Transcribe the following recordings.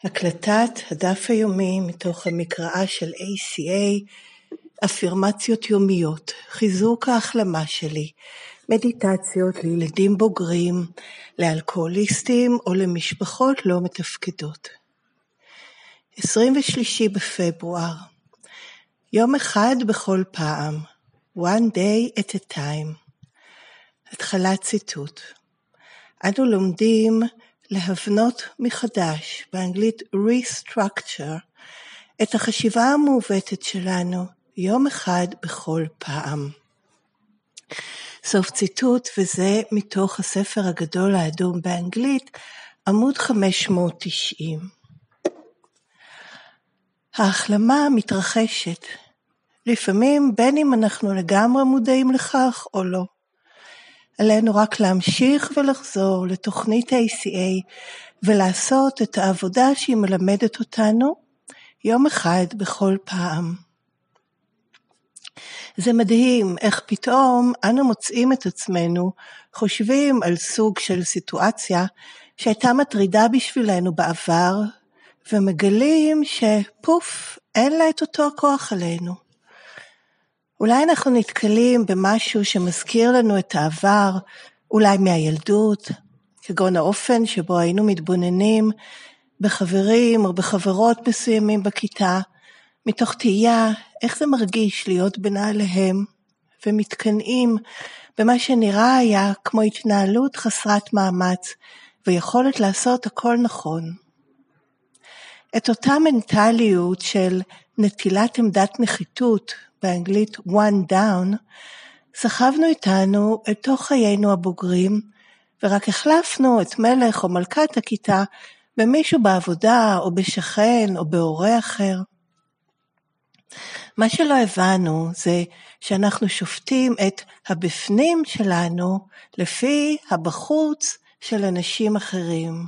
הקלטת הדף היומי מתוך המקראה של ACA, אפירמציות יומיות, חיזוק ההחלמה שלי, מדיטציות לילדים בוגרים, לאלכוהוליסטים או למשפחות לא מתפקדות. 23 בפברואר, יום אחד בכל פעם, one day at a time. התחלת ציטוט. אנו לומדים להבנות מחדש, באנגלית restructure, את החשיבה המעוותת שלנו, יום אחד בכל פעם. סוף ציטוט, וזה מתוך הספר הגדול האדום באנגלית, עמוד 590. ההחלמה מתרחשת, לפעמים בין אם אנחנו לגמרי מודעים לכך או לא. עלינו רק להמשיך ולחזור לתוכנית ACA ולעשות את העבודה שהיא מלמדת אותנו יום אחד בכל פעם. זה מדהים איך פתאום אנו מוצאים את עצמנו חושבים על סוג של סיטואציה שהייתה מטרידה בשבילנו בעבר ומגלים שפוף, אין לה את אותו הכוח עלינו. אולי אנחנו נתקלים במשהו שמזכיר לנו את העבר, אולי מהילדות, כגון האופן שבו היינו מתבוננים בחברים או בחברות מסוימים בכיתה, מתוך תהייה איך זה מרגיש להיות בנעליהם, ומתקנאים במה שנראה היה כמו התנהלות חסרת מאמץ, ויכולת לעשות הכל נכון. את אותה מנטליות של נטילת עמדת נחיתות, באנגלית one down, סחבנו איתנו אל תוך חיינו הבוגרים, ורק החלפנו את מלך או מלכת הכיתה במישהו בעבודה או בשכן או בהורה אחר. מה שלא הבנו זה שאנחנו שופטים את הבפנים שלנו לפי הבחוץ של אנשים אחרים.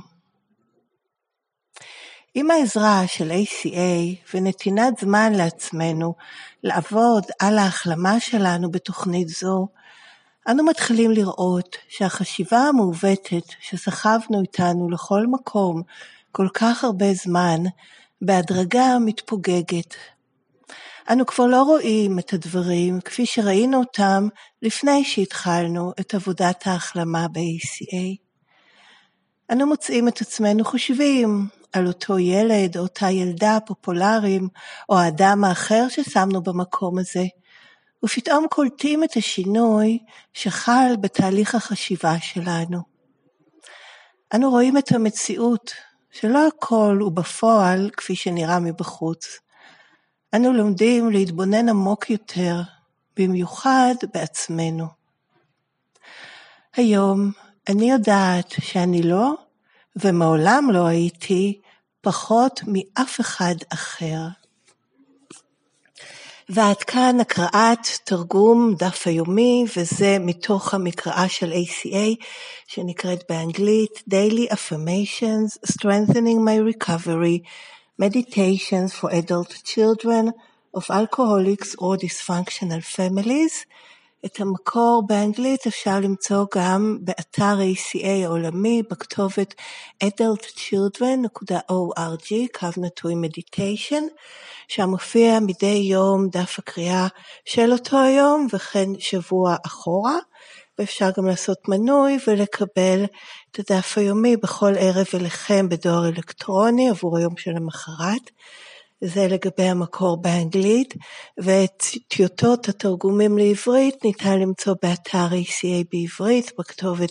עם העזרה של ACA ונתינת זמן לעצמנו לעבוד על ההחלמה שלנו בתוכנית זו, אנו מתחילים לראות שהחשיבה המעוותת שסחבנו איתנו לכל מקום כל כך הרבה זמן, בהדרגה מתפוגגת. אנו כבר לא רואים את הדברים כפי שראינו אותם לפני שהתחלנו את עבודת ההחלמה ב-ACA. אנו מוצאים את עצמנו חושבים על אותו ילד או אותה ילדה פופולריים, או האדם האחר ששמנו במקום הזה, ופתאום קולטים את השינוי שחל בתהליך החשיבה שלנו. אנו רואים את המציאות שלא הכל הוא בפועל כפי שנראה מבחוץ. אנו לומדים להתבונן עמוק יותר, במיוחד בעצמנו. היום אני יודעת שאני לא, ומעולם לא הייתי, פחות מאף אחד אחר. ועד כאן הקראת תרגום דף היומי, וזה מתוך המקראה של ACA, שנקראת באנגלית Daily Affirmations, Strengthening My Recovery, Meditations for Adult Children of Alcoholics or Dysfunctional Families. את המקור באנגלית אפשר למצוא גם באתר ACA העולמי בכתובת adultchildren.org/meditation, שם מופיע מדי יום דף הקריאה של אותו היום וכן שבוע אחורה, ואפשר גם לעשות מנוי ולקבל את הדף היומי בכל ערב אליכם בדואר אלקטרוני עבור היום של המחרת. זה לגבי המקור באנגלית, ואת טיוטות התרגומים לעברית ניתן למצוא באתר ACA בעברית, בכתובת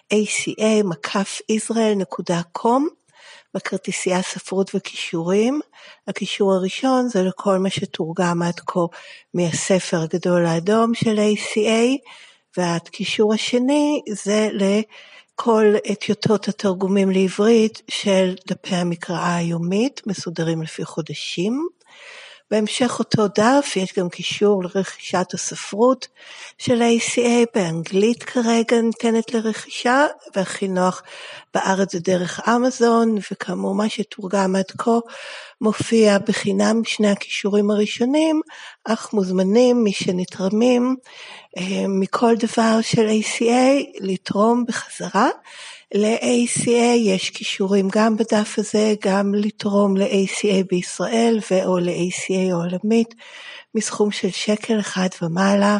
aca-israel.com, בכרטיסייה ספרות וקישורים. הקישור הראשון זה לכל מה שתורגם עד כה מהספר הגדול האדום של ACA, והקישור השני זה כל טיוטות התרגומים לעברית של דפי המקראה היומית, מסודרים לפי חודשים. בהמשך אותו דף יש גם קישור לרכישת הספרות של ACA, באנגלית כרגע ניתנת לרכישה, והכי נוח בארץ זה דרך אמזון, וכאמור מה שתורגם עד כה מופיע בחינם שני הקישורים הראשונים, אך מוזמנים מי שנתרמים מכל דבר של ACA לתרום בחזרה. ל-ACA יש קישורים גם בדף הזה, גם לתרום ל-ACA בישראל או ל-ACA עולמית, מסכום של $1 ומעלה,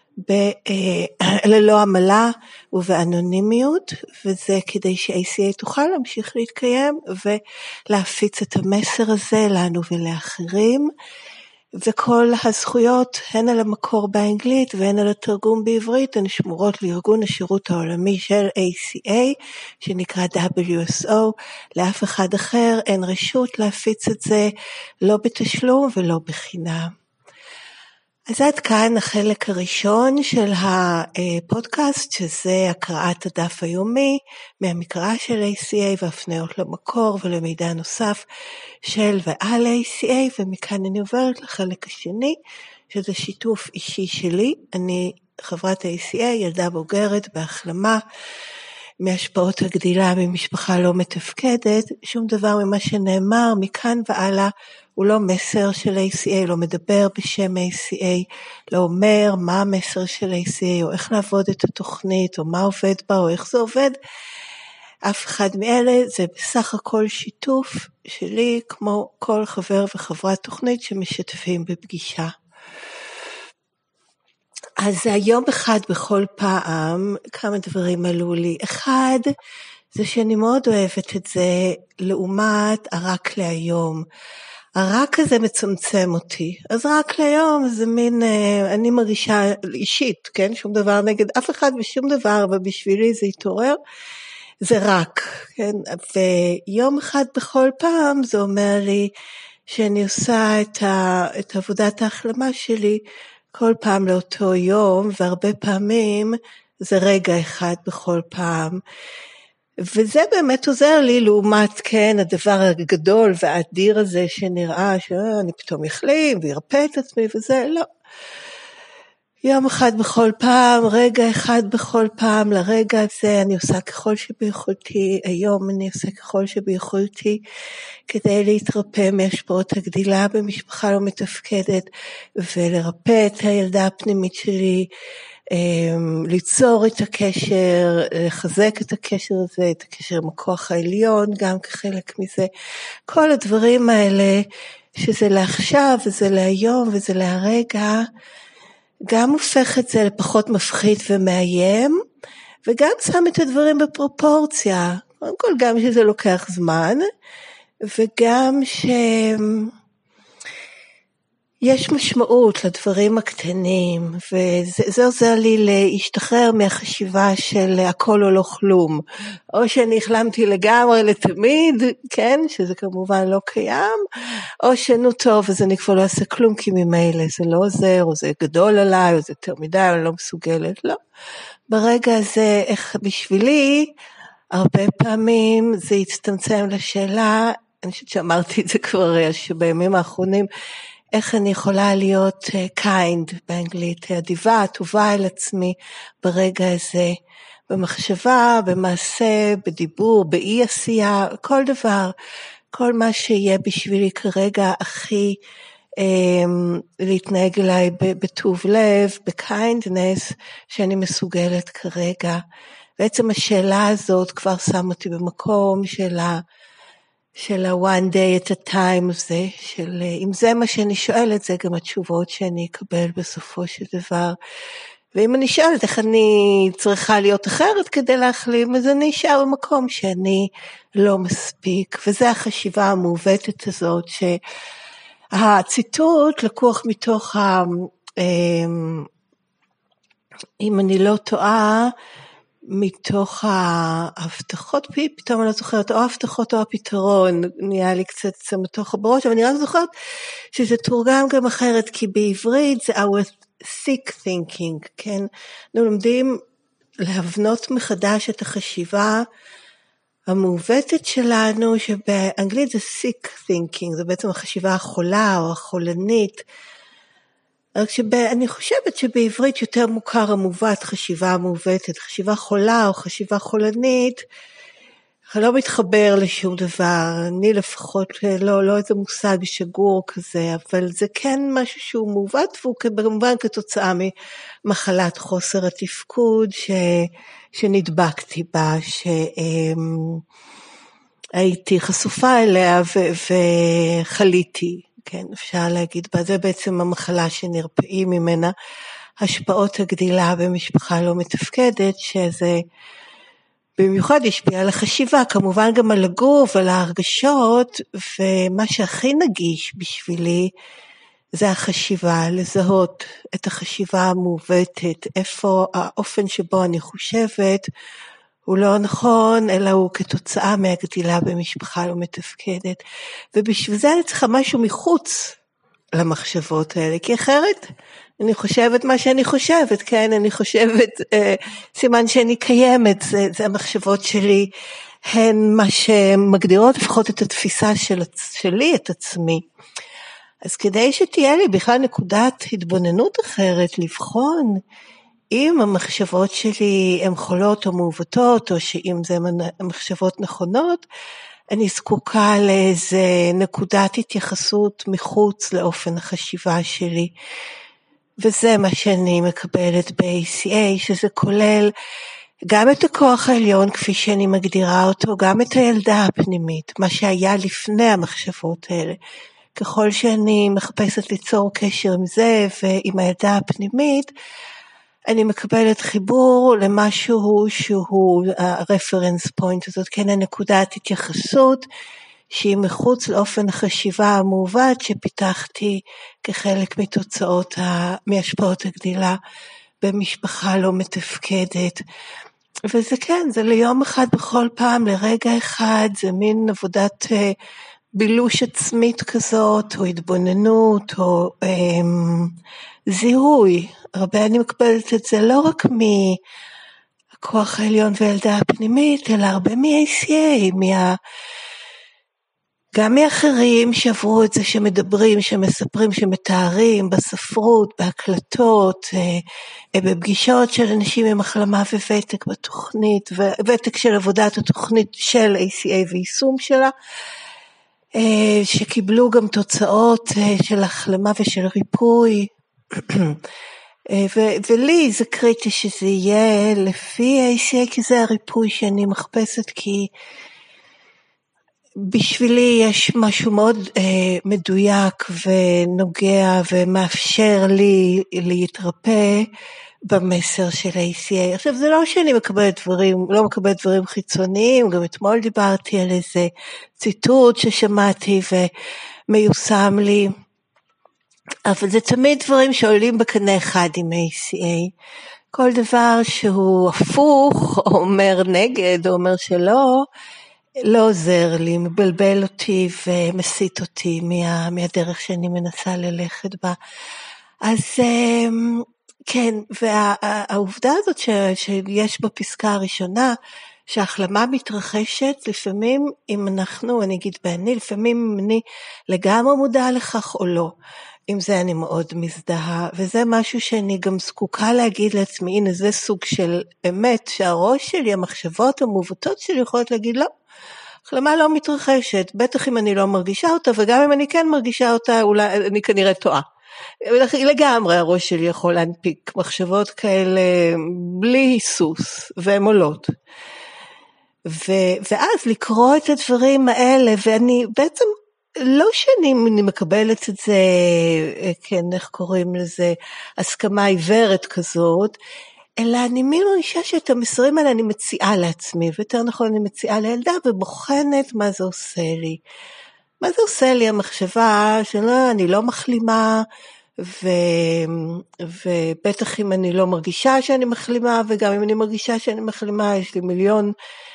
ללא עמלה ובאנונימיות, וזה כדי ש-ACA תוכל להמשיך להתקיים ולהפיץ את המסר הזה לנו ולאחרים. וכל הזכויות הן על המקור באנגלית והן על התרגום בעברית הן שמורות לארגון השירות העולמי של ACA שנקרא WSO. לאף אחד אחר אין רשות להפיץ את זה לא בתשלום ולא בחינם. אז עד כאן החלק הראשון של הפודקאסט, שזה הקראת הדף היומי מהמקרא של ACA והפניות למקור ולמידע נוסף של ועל ACA, ומכאן אני עוברת לחלק השני, שזה שיתוף אישי שלי. אני חברת ACA, ילדה בוגרת בהחלמה מהשפעות הגדילה ממשפחה לא מתפקדת. שום דבר ממה שנאמר מכאן והלאה הוא לא מסר של ACA, לא מדבר בשם ACA, לא אומר מה המסר של ACA, או איך לעבוד את התוכנית, או מה עובד בה, או איך זה עובד. אף אחד מאלה זה בסך הכל שיתוף שלי, כמו כל חבר וחברת תוכנית שמשתפים בפגישה. אז היום אחד בכל פעם, כמה דברים עלו לי. אחד, זה שאני מאוד אוהבת את זה, לעומת הרק להיום. הרק הזה מצמצם אותי, אז רק להיום זה מין, אני מרגישה אישית, כן? שום דבר נגד אף אחד ושום דבר, אבל בשבילי זה יתעורר, זה רק, כן? ויום אחד בכל פעם זה אומר לי, שאני עושה את עבודת ההחלמה שלי, כל פעם לאותו יום, והרבה פעמים זה רגע אחד בכל פעם, וזה באמת עוזר לי לעומת, כן, הדבר הגדול והאדיר הזה שנראה שאני פתאום יחלים וירפא את עצמי וזה, לא. יום אחד בכל פעם, רגע אחד בכל פעם, לרגע הזה אני עושה ככל שביכולתי, היום אני עושה ככל שביכולתי, כדי להתרפא מהשפעות הגדילה במשפחה לא מתפקדת, ולרפא את הילדה הפנימית שלי, ליצור את הקשר, לחזק את הקשר הזה, את הקשר עם הכוח העליון, גם כחלק מזה. כל הדברים האלה, שזה לעכשיו, וזה להיום, וזה להרגע, גם הופך את זה לפחות מפחיד ומאיים, וגם שם את הדברים בפרופורציה. קודם כל, גם שזה לוקח זמן, וגם יש משמעות לדברים הקטנים, וזה עוזר לי להשתחרר מהחשיבה של הכל או לא כלום, או שאני החלמתי לגמרי לתמיד, כן, שזה כמובן לא קיים, או שנו טוב, אז אני כבר לא אעשה כלום, כי ממילא זה לא עוזר, או זה גדול עליי, או זה יותר מדי, אני לא מסוגלת, לא. ברגע הזה, איך בשבילי, הרבה פעמים זה יצטמצם לשאלה, אני חושבת שאמרתי את זה כבר שבימים האחרונים, איך אני יכולה להיות kind באנגלית, אדיבה, טובה אל עצמי ברגע הזה, במחשבה, במעשה, בדיבור, באי עשייה, כל דבר, כל מה שיהיה בשבילי כרגע הכי להתנהג אליי בטוב לב, בקיינדנס, שאני מסוגלת כרגע. בעצם השאלה הזאת כבר שם אותי במקום של ה-one day at a time הזה, של אם זה מה שאני שואלת, זה גם התשובות שאני אקבל בסופו של דבר. ואם אני שואלת איך אני צריכה להיות אחרת כדי להחלים, אז אני אשאר במקום שאני לא מספיק. וזה החשיבה המעוותת הזאת, שהציטוט לקוח מתוך, אם אני לא טועה, מתוך ההבטחות, פתאום אני לא זוכרת, או ההבטחות או הפתרון, נהיה לי קצת מתוך בראש, אבל אני רק זוכרת שזה תורגם גם אחרת, כי בעברית זה our thick thinking, כן? אנחנו לומדים להבנות מחדש את החשיבה המעוותת שלנו, שבאנגלית זה sick thinking, זה בעצם החשיבה החולה או החולנית, רק שאני חושבת שבעברית יותר מוכר המובט חשיבה המעוותת, חשיבה חולה או חשיבה חולנית, לא מתחבר לשום דבר, אני לפחות לא איזה מושג שגור כזה, אבל זה כן משהו שהוא מעוות, והוא כמובן כתוצאה ממחלת חוסר התפקוד שנדבקתי בה, שהייתי חשופה אליה וחליתי, כן, אפשר להגיד בה, זה בעצם המחלה שנרפאים ממנה, השפעות הגדילה במשפחה לא מתפקדת, שזה במיוחד השפיע על החשיבה, כמובן גם על הגוף, על ההרגשות, ומה שהכי נגיש בשבילי, זה החשיבה, לזהות את החשיבה המעוותת, איפה האופן שבו אני חושבת, הוא לא נכון, אלא הוא כתוצאה מהגדילה במשפחה לא מתפקדת, ובשביל זה אני צריכה משהו מחוץ למחשבות האלה, כי אחרת אני חושבת מה שאני חושבת, כן, אני חושבת, סימן שאני קיימת, זה המחשבות שלי, הן מה שמגדירות לפחות את התפיסה שלי, את עצמי. אז כדי שתהיה לי בכלל נקודת התבוננות אחרת, לבחון אם המחשבות שלי הן חולות או מעוותות, או שאם זה מחשבות נכונות, אני זקוקה לאיזה נקודת התייחסות מחוץ לאופן החשיבה שלי, וזה מה שאני מקבלת ב-ACA, שזה כולל גם את הכוח העליון כפי שאני מגדירה אותו, גם את הילדה הפנימית, מה שהיה לפני המחשבות האלה. ככל שאני מחפשת ליצור קשר עם זה ועם הילדה הפנימית, אני מקבלת חיבור למשהו שהוא ה-reference point הזאת, כן, הנקודת התייחסות, שהיא מחוץ לאופן החשיבה המעוות שפיתחתי כחלק מהשפעות הגדילה במשפחה לא מתפקדת. וזה כן, זה ליום אחד בכל פעם, לרגע אחד, זה מין עבודת בילוש עצמית כזאת, או התבוננות, או זיהוי. הרבה אני מקבלת את זה לא רק מהכוח העליון וילדה הפנימית, אלא הרבה מ-ACA, גם מאחרים שעברו את זה, שמדברים, שמספרים, שמתארים בספרות, בהקלטות, בפגישות של אנשים עם החלמה וותק בתוכנית, וותק של עבודת התוכנית של ACA ויישום שלה, שקיבלו גם תוצאות של החלמה ושל ריפוי, ולי זה קריטי שזה יהיה לפי ACA, כי זה הריפוי שאני מחפשת, כי בשבילי יש משהו מאוד מדויק ונוגע ומאפשר לי להתרפא במסר של ACA. עכשיו זה לא שאני לא מקבלת דברים חיצוניים, גם אתמול דיברתי על איזה ציטוט ששמעתי ומיושם לי, אבל זה תמיד דברים שעולים בקנה אחד עם ACA. כל דבר שהוא הפוך, או אומר נגד, או אומר שלא, לא עוזר לי, מבלבל אותי ומסית אותי מהדרך שאני מנסה ללכת בה. אז כן, והעובדה הזאת שיש בפסקה הראשונה, שההחלמה מתרחשת, לפעמים אם אני אגיד בעני, לפעמים אני לגמרי מודע לכך או לא. עם זה אני מאוד מזדהה, וזה משהו שאני גם זקוקה להגיד לעצמי, הנה זה סוג של אמת, שהראש שלי, המחשבות המעוותות שלי יכולות להגיד לא, החלמה לא מתרחשת, בטח אם אני לא מרגישה אותה, וגם אם אני כן מרגישה אותה, אולי אני כנראה טועה. לגמרי הראש שלי יכול להנפיק מחשבות כאלה בלי היסוס, והן עולות. ואז לקרוא את הדברים האלה, ואני בעצם, לא שאני מקבלת את זה, כן, איך קוראים לזה, הסכמה עיוורת כזאת, אלא אני מרגישה שאת המסרים האלה אני מציעה לעצמי, ויותר נכון אני מציעה לילדה, ובוחנת מה זה עושה לי. מה זה עושה לי המחשבה שלא, אני לא מחלימה, ובטח אם אני לא מרגישה שאני מחלימה, וגם אם אני מרגישה שאני מחלימה, יש לי מיליון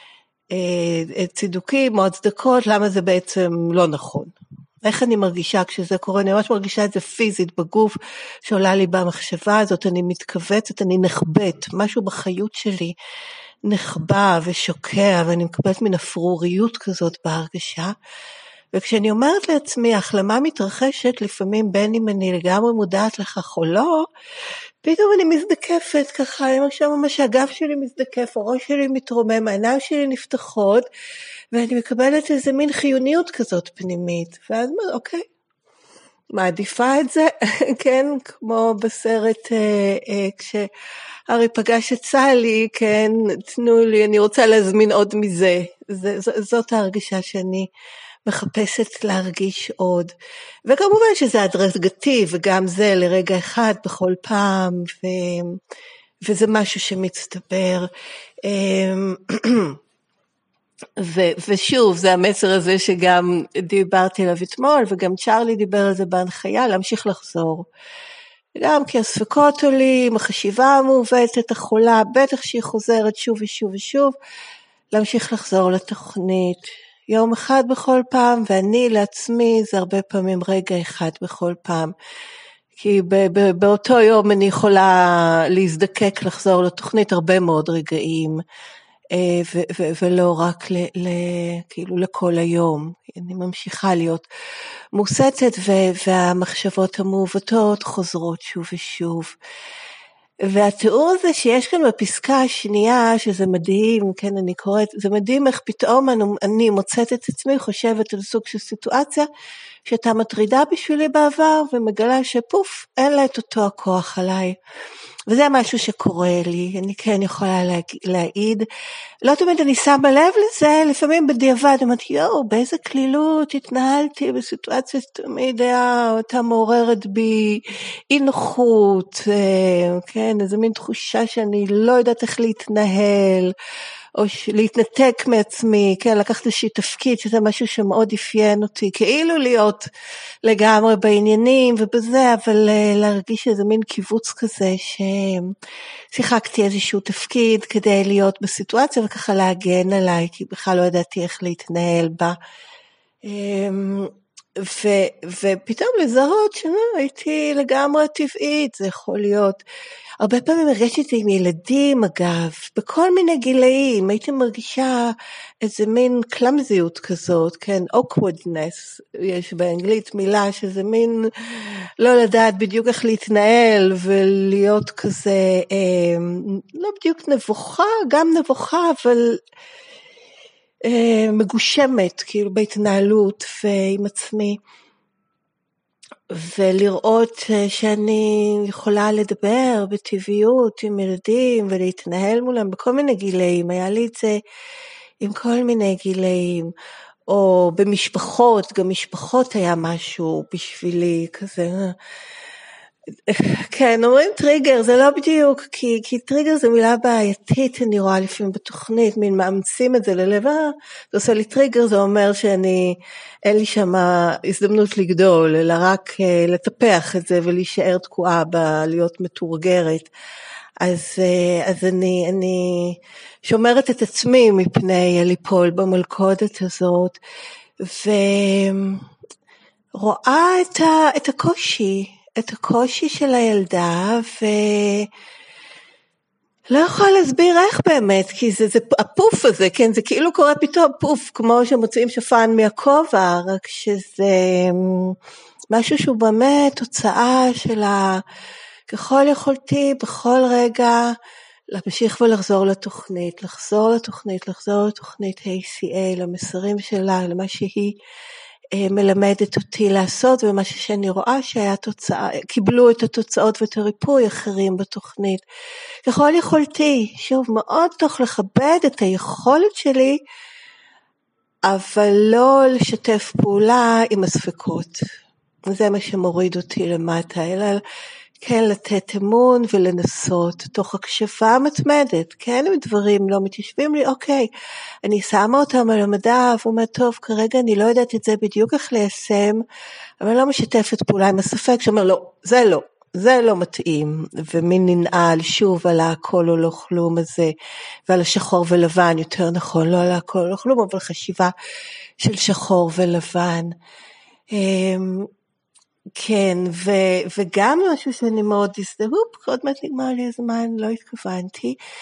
צידוקים או הצדקות, למה זה בעצם לא נכון. איך אני מרגישה כשזה קורה, אני ממש מרגישה את זה פיזית בגוף, שעולה לי במחשבה הזאת, אני מתכווצת, אני נחבט, משהו בחיות שלי נחבא ושוקע, ואני מקבלת מן אפרוריות כזאת בהרגשה, וכשאני אומרת לעצמי, החלמה מתרחשת לפעמים בין אם אני לגמרי מודעת לכך או לא, פתאום אני מזדקפת ככה, אני מרגישה ממש הגב שלי מזדקף, הראש שלי מתרומם, העיניים שלי נפתחות, ואני מקבלת איזה מין חיוניות כזאת פנימית, ואז אוקיי, מעדיפה את זה, כן, כמו בסרט כשהארי פגש את סלי, כן, תנו לי, אני רוצה להזמין עוד מזה, זאת ההרגשה שאני מחפשת להרגיש עוד, וכמובן שזה הדרגתי, וגם זה לרגע אחד בכל פעם, וזה משהו שמצטבר, ושוב, זה המסר הזה שגם דיברתי עליו אתמול, וגם צ'רלי דיבר על זה בהנחיה, להמשיך לחזור. גם כי הספקות עולים, החשיבה המעוותת, החולה, בטח שהיא חוזרת שוב ושוב ושוב, להמשיך לחזור לתוכנית. יום אחד בכל פעם, ואני לעצמי זה הרבה פעמים רגע אחד בכל פעם. כי באותו יום אני יכולה להזדקק לחזור לתוכנית הרבה מאוד רגעים, ולא רק כאילו לכל היום. אני ממשיכה להיות מוסתת, והמחשבות המעוותות חוזרות שוב ושוב. והתיאור הזה שיש כאן בפסקה השנייה, שזה מדהים, כן, אני קוראת, זה מדהים איך פתאום אני מוצאת את עצמי, חושבת על סוג של סיטואציה, שהייתה מטרידה בשבילי בעבר, ומגלה שפוף, אין לה את אותו הכוח עליי. וזה משהו שקורה לי, אני כן יכולה להעיד, לא תמיד אני שמה לב לזה, לפעמים בדיעבד, אמרתי, באיזה כלילות התנהלתי בסיטואציה שתמיד הייתה מעוררת בי אי נוחות, כן, איזו מין תחושה שאני לא יודעת איך להתנהל, או להתנתק מעצמי, כן, לקחת איזושהי תפקיד, שזה משהו שמאוד אפיין אותי, כאילו להיות לגמרי בעניינים ובזה, אבל להרגיש איזה מין קיבוץ כזה, ששיחקתי איזשהו תפקיד כדי להיות בסיטואציה, וככה להגן עליי, כי בכלל לא ידעתי איך להתנהל בה. ופתאום לזהות הייתי לגמרי טבעית, זה יכול להיות. הרבה פעמים הרגשתי עם ילדים אגב, בכל מיני גילאים, הייתי מרגישה איזה מין קלמזיות כזאת, כן, awkwardness, יש באנגלית מילה שזה מין לא לדעת בדיוק איך להתנהל, ולהיות כזה, לא בדיוק נבוכה, גם נבוכה, אבל מגושמת, כאילו בהתנהלות ועם עצמי, ולראות שאני יכולה לדבר בטבעיות עם ילדים, ולהתנהל מולם בכל מיני גילאים, היה לי את זה עם כל מיני גילאים, או במשפחות, גם משפחות היה משהו בשבילי כזה, כן, אומרים טריגר, זה לא בדיוק, כי טריגר זה מילה בעייתית, אני רואה לפעמים בתוכנית, מין מאמצים את זה ללב, זה עושה לי טריגר, זה אומר אין לי שם הזדמנות לגדול, אלא רק לטפח את זה, ולהישאר תקועה להיות מתורגרת, אז אני שומרת את עצמי מפני ליפול במלכודת הזאת, ורואה את הקושי של הילדה, ולא יכולה להסביר איך באמת, כי זה הפוף הזה, כן, זה כאילו קורה פתאום פוף, כמו שמוצאים שפן מהכובע, רק שזה משהו שהוא באמת תוצאה של ככל יכולתי, בכל רגע, להמשיך ולחזור לתוכנית, לחזור לתוכנית ACA, למסרים שלה, למה שהיא מלמדת אותי לעשות, ומה שאני רואה שהיה תוצאה, קיבלו את התוצאות ואת הריפוי אחרים בתוכנית. ככל יכולתי, שוב, מאוד תוך לכבד את היכולת שלי, אבל לא לשתף פעולה עם הספקות. וזה מה שמוריד אותי למטה, אלא כן לתת אמון ולנסות, תוך הקשבה מתמדת, כן, אם דברים לא מתיישבים לי, אוקיי, אני שמה אותם על המדף, ואומרת, טוב, כרגע אני לא יודעת את זה בדיוק איך ליישם, אבל לא משתפת פעולה עם הספק, שאומר, לא, זה לא מתאים, ומין ננעל שוב על הכל או לא כלום הזה, ועל השחור ולבן, יותר נכון, לא על הכל או לא כלום, אבל חשיבה של שחור ולבן. כן, וגם משהו שאני מאוד הזדהות, עוד מעט נגמר לי הזמן, לא התכוונתי,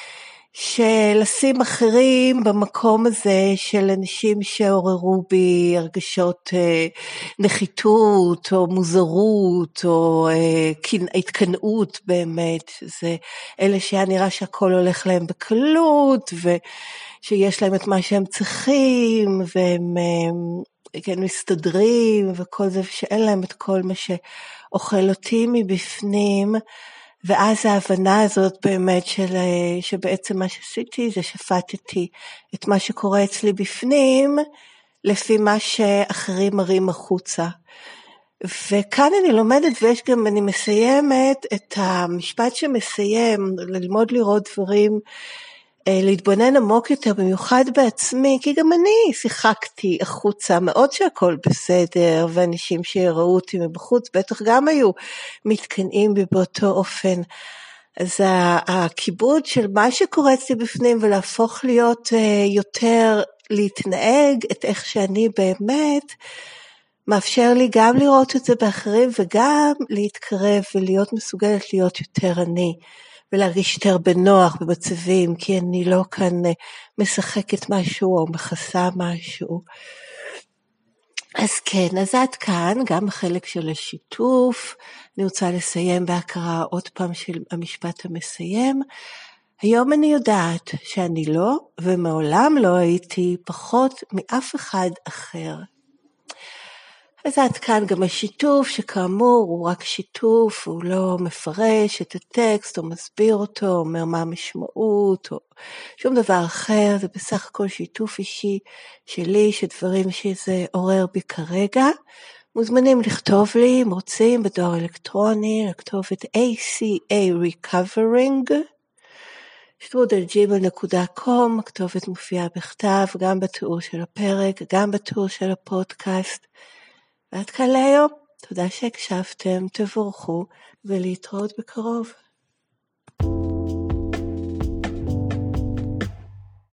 שלשים אחרים במקום הזה של אנשים שעוררו בי הרגשות נחיתות או מוזרות או התקנאות באמת, זה אלה שהיה נראה שהכל הולך להם בקלות ושיש להם את מה שהם צריכים והם כן מסתדרים וכל זה, ושאין להם את כל מה שאוכל אותי מבפנים. ואז ההבנה הזאת באמת שבעצם מה שעשיתי זה שפטתי את מה שקורה אצלי בפנים לפי מה שאחרים מראים החוצה. וכאן אני לומדת אני מסיימת את המשפט שמסיים, ללמוד לראות דברים, להתבונן עמוק יותר, במיוחד בעצמי, כי גם אני שיחקתי החוצה, מאוד שהכל בסדר, ואנשים שראו אותי מבחוץ, בטח גם היו מתקנאים בי באותו אופן. אז הכיבוד של מה שקורה אצלי בפנים, ולהפוך להיות יותר, להתנהג את איך שאני באמת, מאפשר לי גם לראות את זה באחרים, וגם להתקרב ולהיות מסוגלת להיות יותר אני. ולהרגיש יותר בנוח במצבים, כי אני לא כאן משחקת משהו או מכסה משהו. אז כן, אז עד כאן, גם החלק של השיתוף. אני רוצה לסיים בהכרה עוד פעם של המשפט המסיים. היום אני יודעת שאני לא, ומעולם לא הייתי פחות מאף אחד אחר. אז עד כאן גם השיתוף, שכאמור הוא רק שיתוף, הוא לא מפרש את הטקסט, או מסביר אותו, או אומר מה המשמעות, או שום דבר אחר, זה בסך הכל שיתוף אישי שלי, שדברים שזה עורר בי כרגע. מוזמנים לכתוב לי, אם רוצים, בדואר אלקטרוני, לכתוב את aca.recovering@gmail.com, הכתובת מופיעה בכתב, גם בתיאור של הפרק, גם בתיאור של הפודקאסט. ועד כאן להיום, תודה שהקשבתם, תבורכו ולהתראות בקרוב.